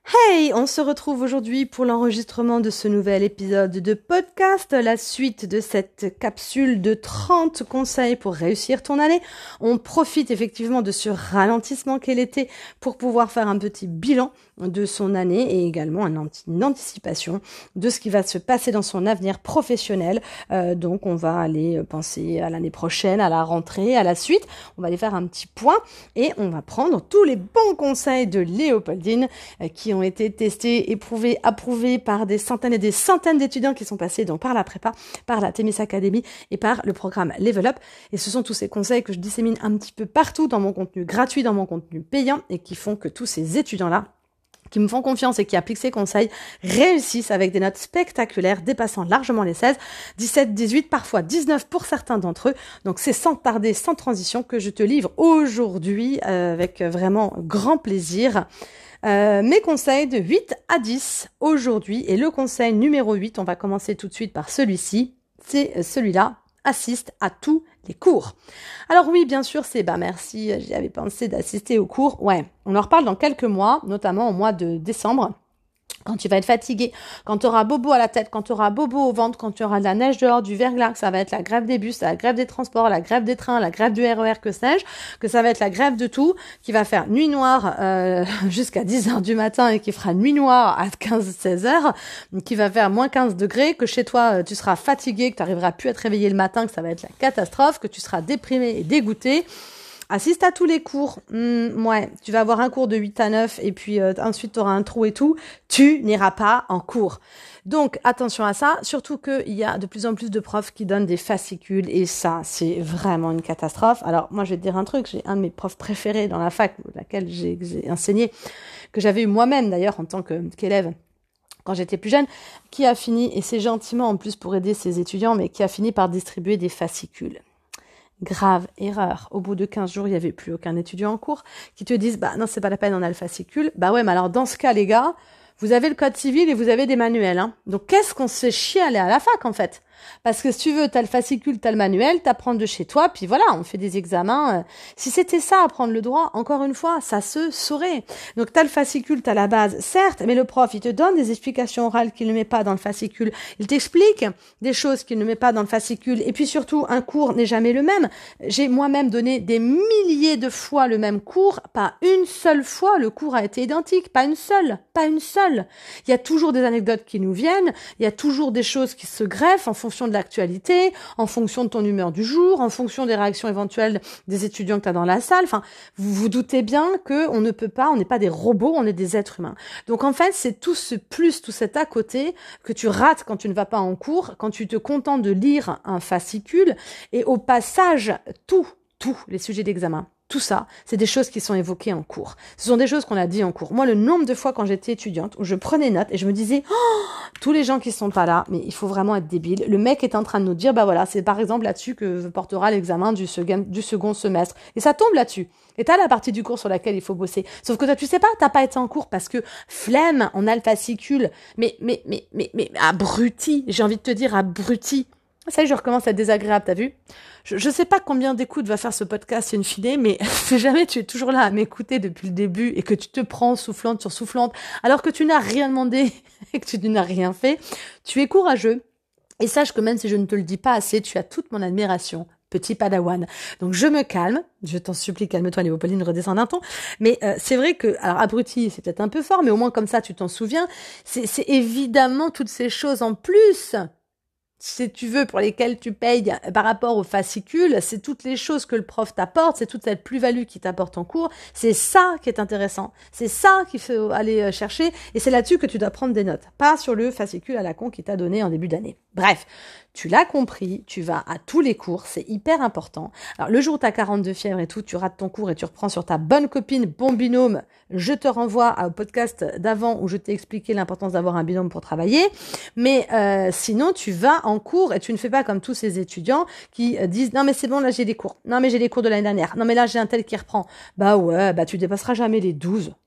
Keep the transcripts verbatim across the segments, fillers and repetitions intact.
Hey, on se retrouve aujourd'hui pour l'enregistrement de ce nouvel épisode de podcast, la suite de cette capsule de trente conseils pour réussir ton année. On profite effectivement de ce ralentissement qu'est l'été pour pouvoir faire un petit bilan de son année et également une anticipation de ce qui va se passer dans son avenir professionnel. Euh, donc on va aller penser à l'année prochaine, à la rentrée, à la suite. On va aller faire un petit point et on va prendre tous les bons conseils de Léopoldine euh, qui ont été testés, éprouvés, approuvés par des centaines et des centaines d'étudiants qui sont passés donc par la prépa, par la Thémis Academy et par le programme Level Up. Et ce sont tous ces conseils que je dissémine un petit peu partout dans mon contenu gratuit, dans mon contenu payant et qui font que tous ces étudiants-là qui me font confiance et qui appliquent ces conseils réussissent avec des notes spectaculaires dépassant largement les seize, dix-sept, dix-huit, parfois dix-neuf pour certains d'entre eux. Donc c'est sans tarder, sans transition que je te livre aujourd'hui euh, avec vraiment grand plaisir. Euh, mes conseils de huit à dix aujourd'hui, et le conseil numéro huit, on va commencer tout de suite par celui-ci, c'est celui-là, assiste à tous les cours. Alors oui, bien sûr, c'est bah merci, j'y avais pensé d'assister aux cours. Ouais, on en reparle dans quelques mois, notamment au mois de décembre. Quand tu vas être fatigué, quand tu auras bobo à la tête, quand tu auras bobo au ventre, quand tu auras de la neige dehors, du verglas, que ça va être la grève des bus, la grève des transports, la grève des trains, la grève du R E R, que sais-je, que ça va être la grève de tout, qui va faire nuit noire euh, jusqu'à dix heures du matin et qui fera nuit noire à quinze à seize heures, qui va faire moins quinze degrés, que chez toi tu seras fatigué, que tu n'arriveras plus à te réveiller le matin, que ça va être la catastrophe, que tu seras déprimé et dégoûté. Assiste à tous les cours. Mmh, ouais, tu vas avoir un cours de huit à neuf et puis euh, ensuite tu auras un trou et tout. Tu n'iras pas en cours. Donc attention à ça, surtout qu'il y a de plus en plus de profs qui donnent des fascicules et ça, c'est vraiment une catastrophe. Alors moi, je vais te dire un truc, j'ai un de mes profs préférés dans la fac, laquelle j'ai, j'ai enseigné, que j'avais eu moi-même d'ailleurs en tant que, qu'élève, quand j'étais plus jeune, qui a fini, et c'est gentiment en plus pour aider ses étudiants, mais qui a fini par distribuer des fascicules. Grave erreur. Au bout de quinze jours, il n'y avait plus aucun étudiant en cours qui te disent, bah non, c'est pas la peine, on a le fascicule. Bah ouais, mais alors dans ce cas, les gars, vous avez le code civil et vous avez des manuels, hein. Donc qu'est-ce qu'on se fait chier à aller à la fac, en fait? Parce que si tu veux, t'as le fascicule, t'as le manuel, t'apprends de chez toi, puis voilà, on fait des examens. Si c'était ça, apprendre le droit, encore une fois, ça se saurait. Donc t'as le fascicule, t'as la base, certes, mais le prof, il te donne des explications orales qu'il ne met pas dans le fascicule. Il t'explique des choses qu'il ne met pas dans le fascicule. Et puis surtout, un cours n'est jamais le même. J'ai moi-même donné des milliers de fois le même cours, pas une seule fois le cours a été identique, pas une seule, pas une seule. Il y a toujours des anecdotes qui nous viennent, il y a toujours des choses qui se greffent en fonction de l'actualité, en fonction de ton humeur du jour, en fonction des réactions éventuelles des étudiants que tu as dans la salle. Enfin, vous vous doutez bien que on ne peut pas, on n'est pas des robots, on est des êtres humains. Donc en fait, c'est tout ce plus, tout cet à côté que tu rates quand tu ne vas pas en cours, quand tu te contentes de lire un fascicule et au passage, tout, tous les sujets d'examen. Tout ça, c'est des choses qui sont évoquées en cours. Ce sont des choses qu'on a dit en cours. Moi, le nombre de fois quand j'étais étudiante, où je prenais note et je me disais, oh, tous les gens qui sont pas là, mais il faut vraiment être débile. Le mec est en train de nous dire, bah voilà, c'est par exemple là-dessus que portera l'examen du second, du second semestre. Et ça tombe là-dessus. Et t'as la partie du cours sur laquelle il faut bosser. Sauf que toi, tu sais pas, t'as pas été en cours parce que flemme, on a le fascicule. Mais, mais, mais, mais, mais, abruti. J'ai envie de te dire abruti. Ça y est, je recommence à être désagréable, t'as vu? Je, je sais pas combien d'écoutes va faire ce podcast in fine, mais si jamais tu es toujours là à m'écouter depuis le début et que tu te prends soufflante sur soufflante, alors que tu n'as rien demandé et que tu n'as rien fait, tu es courageux. Et sache que même si je ne te le dis pas assez, tu as toute mon admiration. Petit padawan. Donc je me calme, je t'en supplie, calme-toi, Léopoldine, redescends d'un ton. Mais euh, c'est vrai que, alors abruti, c'est peut-être un peu fort, mais au moins comme ça, tu t'en souviens. C'est, c'est évidemment toutes ces choses en plus, si tu veux, pour lesquelles tu payes par rapport au fascicule, c'est toutes les choses que le prof t'apporte, c'est toute cette plus-value qu'il t'apporte en cours. C'est ça qui est intéressant. C'est ça qu'il faut aller chercher, et c'est là-dessus que tu dois prendre des notes. Pas sur le fascicule à la con qu'il t'a donné en début d'année. Bref. Tu l'as compris, tu vas à tous les cours, c'est hyper important. Alors le jour où tu as quarante-deux fièvres et tout, tu rates ton cours et tu reprends sur ta bonne copine, bon binôme, je te renvoie au podcast d'avant où je t'ai expliqué l'importance d'avoir un binôme pour travailler. Mais euh, sinon, tu vas en cours et tu ne fais pas comme tous ces étudiants qui euh, disent « Non mais c'est bon, là j'ai des cours. Non mais j'ai les cours de l'année dernière. Non mais là j'ai un tel qui reprend. » Bah ouais, bah tu dépasseras jamais les douze.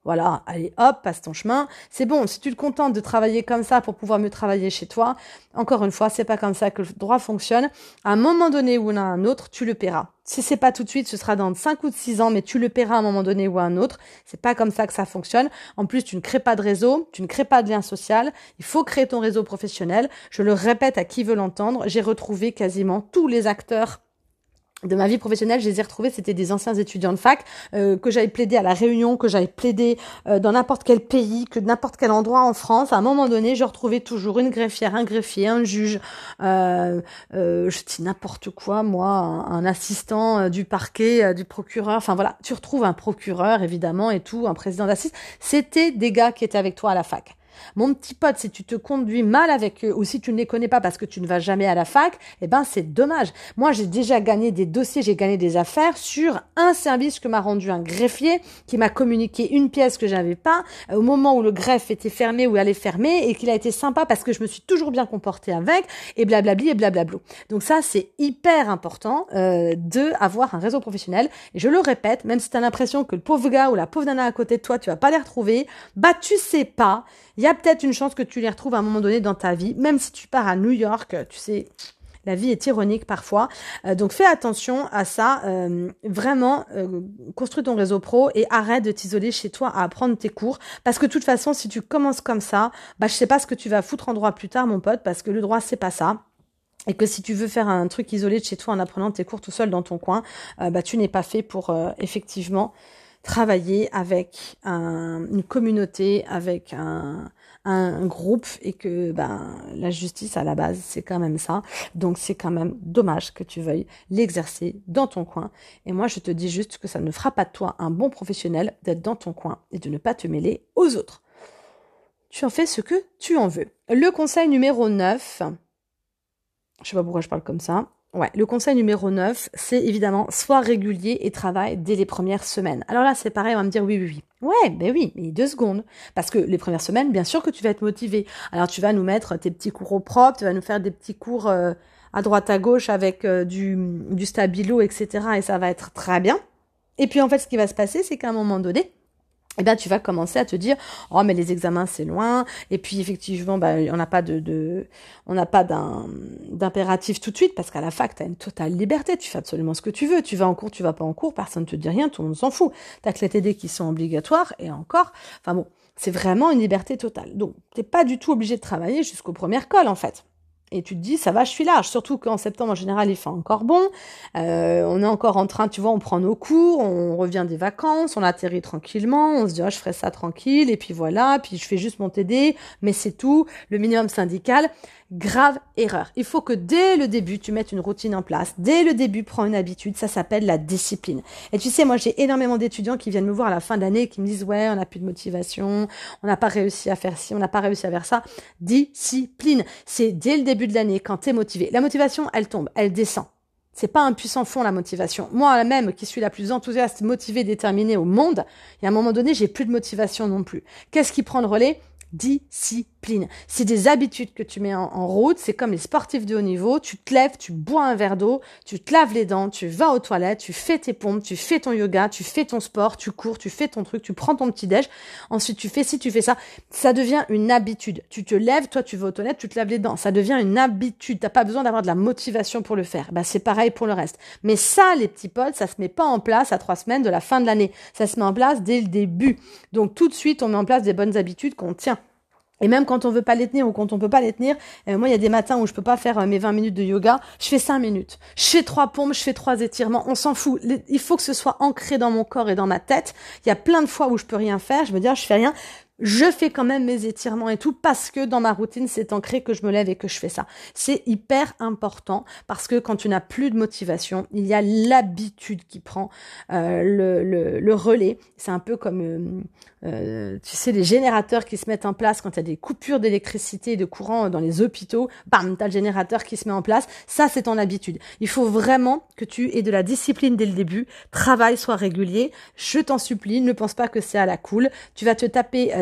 Voilà, allez hop, passe ton chemin. C'est bon, si tu te contentes de travailler comme ça pour pouvoir mieux travailler chez toi, encore une fois, c'est pas comme ça que le droit fonctionne. À un moment donné ou à un autre, tu le paieras. Si c'est pas tout de suite, ce sera dans cinq ou six ans, mais tu le paieras à un moment donné ou à un autre. C'est pas comme ça que ça fonctionne. En plus, tu ne crées pas de réseau, tu ne crées pas de lien social. Il faut créer ton réseau professionnel. Je le répète à qui veut l'entendre. J'ai retrouvé quasiment tous les acteurs de ma vie professionnelle, je les ai retrouvés, c'était des anciens étudiants de fac, euh, que j'avais plaidé à La Réunion, que j'avais plaidé euh, dans n'importe quel pays, que n'importe quel endroit en France. À un moment donné, je retrouvais toujours une greffière, un greffier, un juge, euh, euh, je dis n'importe quoi, moi, un, un assistant euh, du parquet, euh, du procureur, enfin voilà, tu retrouves un procureur, évidemment, et tout, un président d'assises. C'était des gars qui étaient avec toi à la fac. Mon petit pote, si tu te conduis mal avec eux ou si tu ne les connais pas parce que tu ne vas jamais à la fac, eh ben c'est dommage. Moi, j'ai déjà gagné des dossiers, j'ai gagné des affaires sur un service que m'a rendu un greffier qui m'a communiqué une pièce que j'avais pas euh, au moment où le greffe était fermé ou allait fermer et qu'il a été sympa parce que je me suis toujours bien comportée avec et blablabli et blablablou. Donc ça, c'est hyper important euh, de avoir un réseau professionnel. Et je le répète, même si tu as l'impression que le pauvre gars ou la pauvre nana à côté de toi, tu vas pas les retrouver, bah tu sais pas. Il y a peut-être une chance que tu les retrouves à un moment donné dans ta vie, même si tu pars à New York, tu sais, la vie est ironique parfois. Euh, donc fais attention à ça, euh, vraiment, euh, construis ton réseau pro et arrête de t'isoler chez toi à apprendre tes cours, parce que de toute façon, si tu commences comme ça, bah je sais pas ce que tu vas foutre en droit plus tard, mon pote, parce que le droit, c'est pas ça. Et que si tu veux faire un truc isolé de chez toi en apprenant tes cours tout seul dans ton coin, euh, bah tu n'es pas fait pour euh, effectivement travailler avec un, une communauté, avec un, un groupe et que ben la justice à la base c'est quand même ça. Donc c'est quand même dommage que tu veuilles l'exercer dans ton coin. Et moi je te dis juste que ça ne fera pas de toi un bon professionnel d'être dans ton coin et de ne pas te mêler aux autres. Tu en fais ce que tu en veux. Le conseil numéro neuf, je sais pas pourquoi je parle comme ça. Ouais, le conseil numéro neuf, c'est évidemment sois régulier et travaille dès les premières semaines. Alors là, c'est pareil, on va me dire oui, oui, oui. Ouais, ben oui, mais deux secondes. Parce que les premières semaines, bien sûr que tu vas être motivé. Alors tu vas nous mettre tes petits cours au propre, tu vas nous faire des petits cours euh, à droite à gauche avec euh, du, du stabilo, et cetera. Et ça va être très bien. Et puis en fait, ce qui va se passer, c'est qu'à un moment donné, eh ben tu vas commencer à te dire oh mais les examens c'est loin et puis effectivement bah on n'a pas de, de on n'a pas d'un d'impératif tout de suite parce qu'à la fac tu as une totale liberté, tu fais absolument ce que tu veux, tu vas en cours, tu vas pas en cours, personne ne te dit rien, tout le monde s'en fout. T'as que les T D qui sont obligatoires et encore, enfin bon, c'est vraiment une liberté totale. Donc t'es pas du tout obligé de travailler jusqu'au premier col en fait. Et tu te dis, ça va, je suis large. Surtout qu'en septembre, en général, il fait encore bon. Euh, on est encore en train, tu vois, on prend nos cours, on revient des vacances, on atterrit tranquillement, on se dit, oh, je ferai ça tranquille, et puis voilà, puis je fais juste mon T D, mais c'est tout, le minimum syndical. Grave erreur. Il faut que dès le début, tu mettes une routine en place. Dès le début, prends une habitude. Ça s'appelle la discipline. Et tu sais, moi, j'ai énormément d'étudiants qui viennent me voir à la fin de l'année et qui me disent, ouais, on n'a plus de motivation, on n'a pas réussi à faire ci, on n'a pas réussi à faire ça. Discipline. C'est dès le début de l'année, quand t'es motivé. La motivation, elle tombe, elle descend. C'est pas un puissant fond, la motivation. Moi, même, qui suis la plus enthousiaste, motivée, déterminée au monde, il y a un moment donné, j'ai plus de motivation non plus. Qu'est-ce qui prend le relais? Discipline. C'est des habitudes que tu mets en, en route. C'est comme les sportifs de haut niveau. Tu te lèves, tu bois un verre d'eau, tu te laves les dents, tu vas aux toilettes, tu fais tes pompes, tu fais ton yoga, tu fais ton sport, tu cours, tu fais ton truc, tu prends ton petit déj. Ensuite, tu fais ci, tu fais ça. Ça devient une habitude. Tu te lèves, toi, tu vas aux toilettes, tu te laves les dents. Ça devient une habitude. T'as pas besoin d'avoir de la motivation pour le faire. Bah, c'est pareil pour le reste. Mais ça, les petits potes, ça se met pas en place à trois semaines de la fin de l'année. Ça se met en place dès le début. Donc, tout de suite, on met en place des bonnes habitudes qu'on tient. Et même quand on veut pas les tenir ou quand on peut pas les tenir, euh, moi il y a des matins où je peux pas faire euh, mes vingt minutes de yoga, je fais cinq minutes. Je fais trois pompes, je fais trois étirements, on s'en fout. Il faut que ce soit ancré dans mon corps et dans ma tête. Il y a plein de fois où je peux rien faire, je me dis ah, je fais rien. Je fais quand même mes étirements et tout parce que dans ma routine, c'est ancré que je me lève et que je fais ça. C'est hyper important parce que quand tu n'as plus de motivation, il y a l'habitude qui prend euh, le, le, le relais. C'est un peu comme, euh, euh, tu sais, les générateurs qui se mettent en place quand il y a des coupures d'électricité et de courant dans les hôpitaux. Bam, t'as le générateur qui se met en place. Ça, c'est ton habitude. Il faut vraiment que tu aies de la discipline dès le début. Travail, sois régulier. Je t'en supplie, ne pense pas que c'est à la cool. Tu vas te taper euh,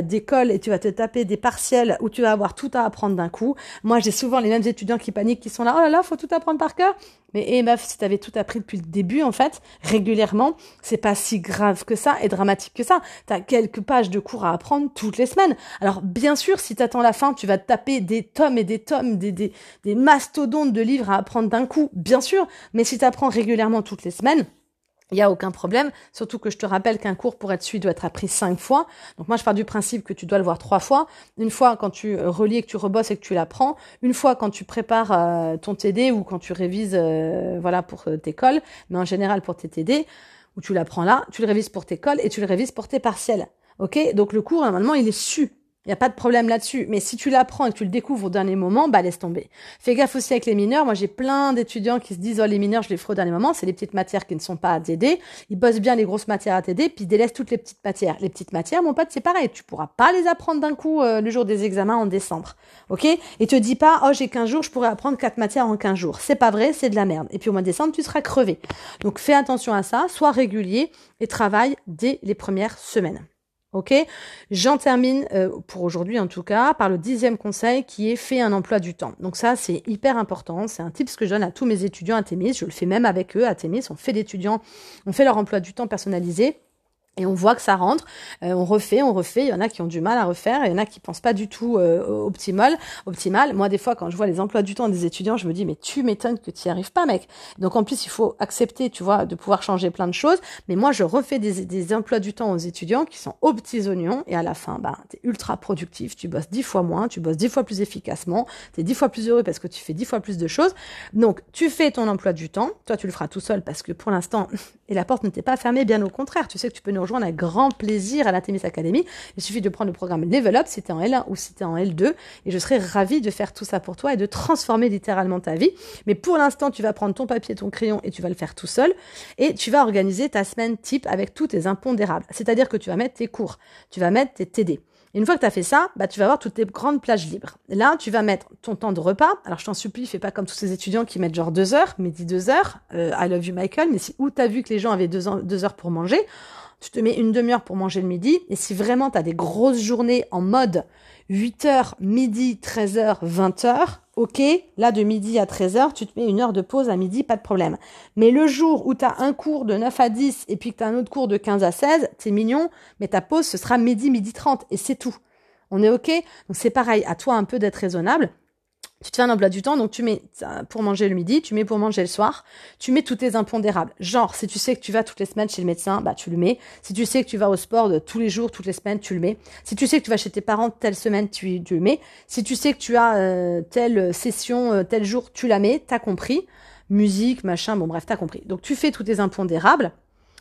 d'école et tu vas te taper des partiels où tu vas avoir tout à apprendre d'un coup. Moi, j'ai souvent les mêmes étudiants qui paniquent, qui sont là, oh là là, faut tout apprendre par cœur. Mais eh meuf, si t'avais tout appris depuis le début, en fait, régulièrement, c'est pas si grave que ça et dramatique que ça. T'as quelques pages de cours à apprendre toutes les semaines. Alors, bien sûr, si t'attends la fin, tu vas te taper des tomes et des tomes, des, des, des mastodontes de livres à apprendre d'un coup, bien sûr. Mais si t'apprends régulièrement toutes les semaines, il n'y a aucun problème, surtout que je te rappelle qu'un cours pour être suivi doit être appris cinq fois. Donc moi, je pars du principe que tu dois le voir trois fois. Une fois quand tu relis et que tu rebosses et que tu l'apprends. Une fois quand tu prépares euh, ton T D ou quand tu révises euh, voilà pour euh, tes cols. Mais en général pour tes T D, où tu l'apprends là, tu le révises pour tes cols et tu le révises pour tes partiels. Ok ? Donc le cours, normalement, il est su. Il n'y a pas de problème là-dessus. Mais si tu l'apprends et que tu le découvres au dernier moment, bah laisse tomber. Fais gaffe aussi avec les mineurs. Moi, j'ai plein d'étudiants qui se disent « Oh, les mineurs, je les ferai au dernier moment. » C'est les petites matières qui ne sont pas à t'aider. Ils bossent bien les grosses matières à t'aider, puis ils délaissent toutes les petites matières. Les petites matières, mon pote, c'est pareil. Tu pourras pas les apprendre d'un coup euh, le jour des examens en décembre. Ok ? Et te dis pas « Oh, j'ai quinze jours, je pourrais apprendre quatre matières en quinze jours. » C'est pas vrai, c'est de la merde. Et puis au mois de décembre, tu seras crevé. Donc fais attention à ça, sois régulier et travaille dès les premières semaines. Ok, j'en termine euh, pour aujourd'hui en tout cas par le dixième conseil qui est fait un emploi du temps. Donc ça c'est hyper important, c'est un tips que je donne à tous mes étudiants à Thémis, je le fais même avec eux à Thémis, on fait d'étudiants, on fait leur emploi du temps personnalisé. Et on voit que ça rentre, euh, on refait, on refait, il y en a qui ont du mal à refaire, il y en a qui pensent pas du tout euh, optimal, optimal. Moi, des fois, quand je vois les emplois du temps des étudiants, je me dis, mais tu m'étonnes que tu y arrives pas, mec. Donc, en plus, il faut accepter, tu vois, de pouvoir changer plein de choses. Mais moi, je refais des, des emplois du temps aux étudiants qui sont aux petits oignons, et à la fin, bah, t'es ultra productif, tu bosses dix fois moins, tu bosses dix fois plus efficacement, t'es dix fois plus heureux parce que tu fais dix fois plus de choses. Donc, tu fais ton emploi du temps, toi, tu le feras tout seul parce que pour l'instant, et la porte ne t'est pas fermée, bien au contraire, tu sais que tu peux nous rejoindre avec grand plaisir à la Thémis Academy. Il suffit de prendre le programme Level Up si t'es en L un ou si t'es en L deux et je serai ravie de faire tout ça pour toi et de transformer littéralement ta vie. Mais pour l'instant, tu vas prendre ton papier, ton crayon et tu vas le faire tout seul et tu vas organiser ta semaine type avec tous tes impondérables. C'est-à-dire que tu vas mettre tes cours, tu vas mettre tes T D. Et une fois que tu as fait ça, bah, tu vas avoir toutes tes grandes plages libres. Là, tu vas mettre ton temps de repas. Alors, je t'en supplie, fais pas comme tous ces étudiants qui mettent genre deux heures, midi deux heures. Euh, I love you, Michael. Mais si, où t'as vu que les gens avaient deux, ans, deux heures pour manger, tu te mets une demi-heure pour manger le midi. Et si vraiment tu as des grosses journées en mode huit heures, midi, treize heures, vingt heures, ok, là de midi à treize heures, tu te mets une heure de pause à midi, pas de problème. Mais le jour où tu as un cours de neuf à dix et puis que tu as un autre cours de quinze à seize, t'es mignon, mais ta pause ce sera midi, midi trente et c'est tout. On est ok? Donc c'est pareil, à toi un peu d'être raisonnable. Tu te fais un emploi du temps, donc tu mets pour manger le midi, tu mets pour manger le soir, tu mets tous tes impondérables. Genre, si tu sais que tu vas toutes les semaines chez le médecin, bah tu le mets. Si tu sais que tu vas au sport de tous les jours, toutes les semaines, tu le mets. Si tu sais que tu vas chez tes parents telle semaine, tu, tu le mets. Si tu sais que tu as euh, telle session, euh, tel jour, tu la mets, t'as compris. Musique, machin, bon bref, t'as compris. Donc tu fais tous tes impondérables.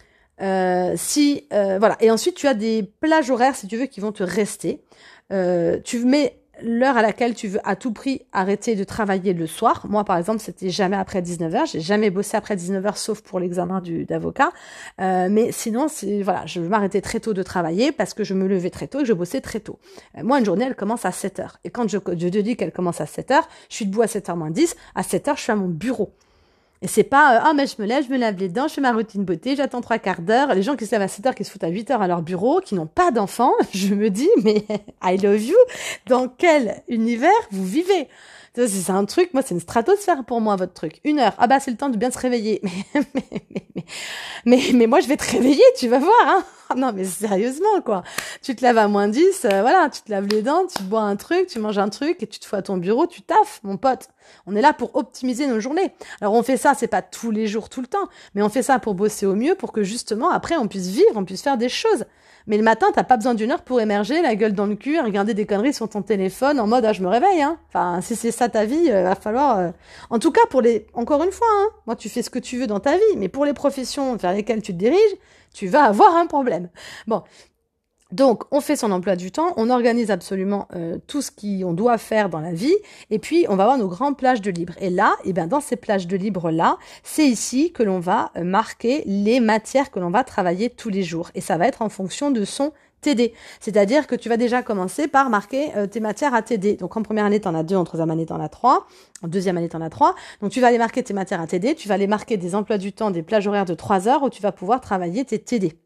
Euh, si euh, voilà. Et ensuite, tu as des plages horaires, si tu veux, qui vont te rester. Euh, tu mets l'heure à laquelle tu veux à tout prix arrêter de travailler le soir. Moi, par exemple, c'était jamais après dix-neuf heures. J'ai jamais bossé après dix-neuf heures, sauf pour l'examen du, d'avocat. Euh, mais sinon, c'est, voilà, je m'arrêtais très tôt de travailler parce que je me levais très tôt et que je bossais très tôt. Euh, moi, une journée, elle commence à sept heures. Et quand je, je te dis qu'elle commence à sept heures, je suis debout à sept heures moins dix. À sept heures, je suis à mon bureau. Et c'est pas, ah, euh, oh, mais je me lève, je me lave les dents, je fais ma routine beauté, j'attends trois quarts d'heure. Les gens qui se lèvent à sept heures, qui se foutent à huit heures à leur bureau, qui n'ont pas d'enfants, je me dis, mais I love you, dans quel univers vous vivez? C'est un truc, moi, c'est une stratosphère pour moi, votre truc. Une heure. Ah bah, c'est le temps de bien se réveiller. Mais, mais, mais, mais, mais, mais moi, je vais te réveiller, tu vas voir, hein. Non, mais sérieusement, quoi. Tu te laves à moins dix, euh, voilà, tu te laves les dents, tu bois un truc, tu manges un truc, et tu te fous à ton bureau, tu taffes, mon pote. On est là pour optimiser nos journées. Alors, on fait ça, c'est pas tous les jours, tout le temps, mais on fait ça pour bosser au mieux, pour que justement, après, on puisse vivre, on puisse faire des choses. Mais le matin, t'as pas besoin d'une heure pour émerger, la gueule dans le cul, regarder des conneries sur ton téléphone en mode, ah, je me réveille, hein. Enfin, si c'est ça ta vie, euh, va falloir, euh... en tout cas, pour les, encore une fois, hein. Moi, tu fais ce que tu veux dans ta vie, mais pour les professions vers lesquelles tu te diriges, tu vas avoir un problème. Bon. Donc, on fait son emploi du temps, on organise absolument euh, tout ce qu'on doit faire dans la vie, et puis on va avoir nos grandes plages de libre. Et là, eh ben, dans ces plages de libre-là, c'est ici que l'on va euh, marquer les matières que l'on va travailler tous les jours. Et ça va être en fonction de son T D. C'est-à-dire que tu vas déjà commencer par marquer euh, tes matières à T D. Donc en première année, tu en as deux, en troisième année, tu en as trois, en deuxième année, tu en as trois. Donc tu vas aller marquer tes matières à T D, tu vas aller marquer des emplois du temps, des plages horaires de trois heures où tu vas pouvoir travailler tes T D.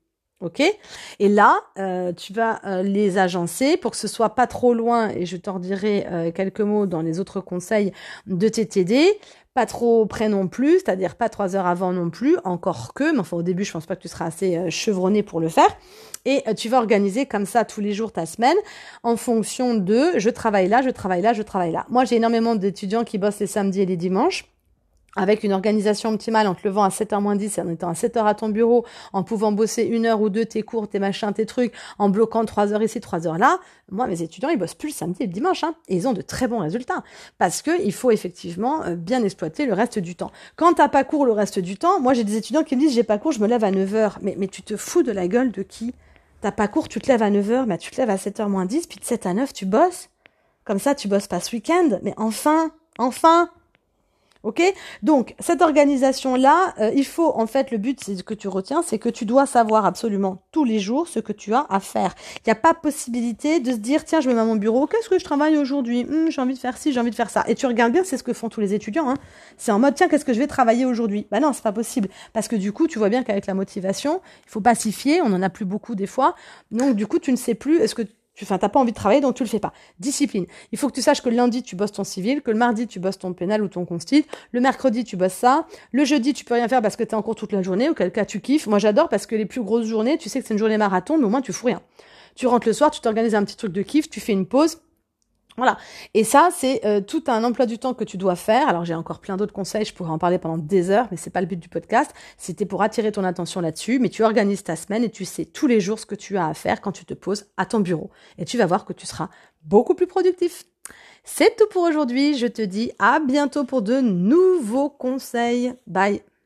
Ok, et là, euh, tu vas euh, les agencer pour que ce soit pas trop loin, et je t'en dirai euh, quelques mots dans les autres conseils de T T D, pas trop près non plus, c'est-à-dire pas trois heures avant non plus, encore que, mais enfin au début je pense pas que tu seras assez euh, chevronné pour le faire, et euh, tu vas organiser comme ça tous les jours ta semaine en fonction de je travaille là, je travaille là, je travaille là. Moi j'ai énormément d'étudiants qui bossent les samedis et les dimanches, avec une organisation optimale en te levant à sept heures moins dix, en étant à sept heures à ton bureau, en pouvant bosser une heure ou deux tes cours, tes machins, tes trucs, en bloquant trois heures ici, trois heures là. Moi, mes étudiants, ils bossent plus le samedi et le dimanche, hein, et ils ont de très bons résultats. Parce que il faut effectivement bien exploiter le reste du temps. Quand t'as pas cours le reste du temps, moi, j'ai des étudiants qui me disent, j'ai pas cours, je me lève à neuf heures. Mais, mais tu te fous de la gueule de qui? T'as pas cours, tu te lèves à neuf heures, mais tu te lèves à sept heures moins dix, puis de sept à neuf, tu bosses. Comme ça, tu bosses pas ce week-end. Mais enfin, enfin! Ok, donc cette organisation-là, euh, il faut en fait le but, c'est ce que tu retiens, c'est que tu dois savoir absolument tous les jours ce que tu as à faire. Il n'y a pas possibilité de se dire tiens, je me mets à mon bureau, qu'est-ce que je travaille aujourd'hui, hum, j'ai envie de faire ci, j'ai envie de faire ça. Et tu regardes bien, c'est ce que font tous les étudiants. Hein. C'est en mode tiens, qu'est-ce que je vais travailler aujourd'hui. Bah non, c'est pas possible parce que du coup, tu vois bien qu'avec la motivation, il faut pas s'y fier. On en a plus beaucoup des fois. Donc du coup, tu ne sais plus est-ce que Tu enfin, t'as pas envie de travailler, donc tu le fais pas. Discipline. Il faut que tu saches que le lundi, tu bosses ton civil, que le mardi, tu bosses ton pénal ou ton constit, le mercredi, tu bosses ça, le jeudi, tu peux rien faire parce que t'es en cours toute la journée, auquel cas tu kiffes. Moi, j'adore parce que les plus grosses journées, tu sais que c'est une journée marathon, mais au moins, tu fous rien. Tu rentres le soir, tu t'organises un petit truc de kiff, tu fais une pause. Voilà. Et ça, c'est euh, tout un emploi du temps que tu dois faire. Alors, j'ai encore plein d'autres conseils, je pourrais en parler pendant des heures, mais c'est pas le but du podcast. C'était pour attirer ton attention là-dessus. Mais tu organises ta semaine et tu sais tous les jours ce que tu as à faire quand tu te poses à ton bureau. Et tu vas voir que tu seras beaucoup plus productif. C'est tout pour aujourd'hui. Je te dis à bientôt pour de nouveaux conseils. Bye.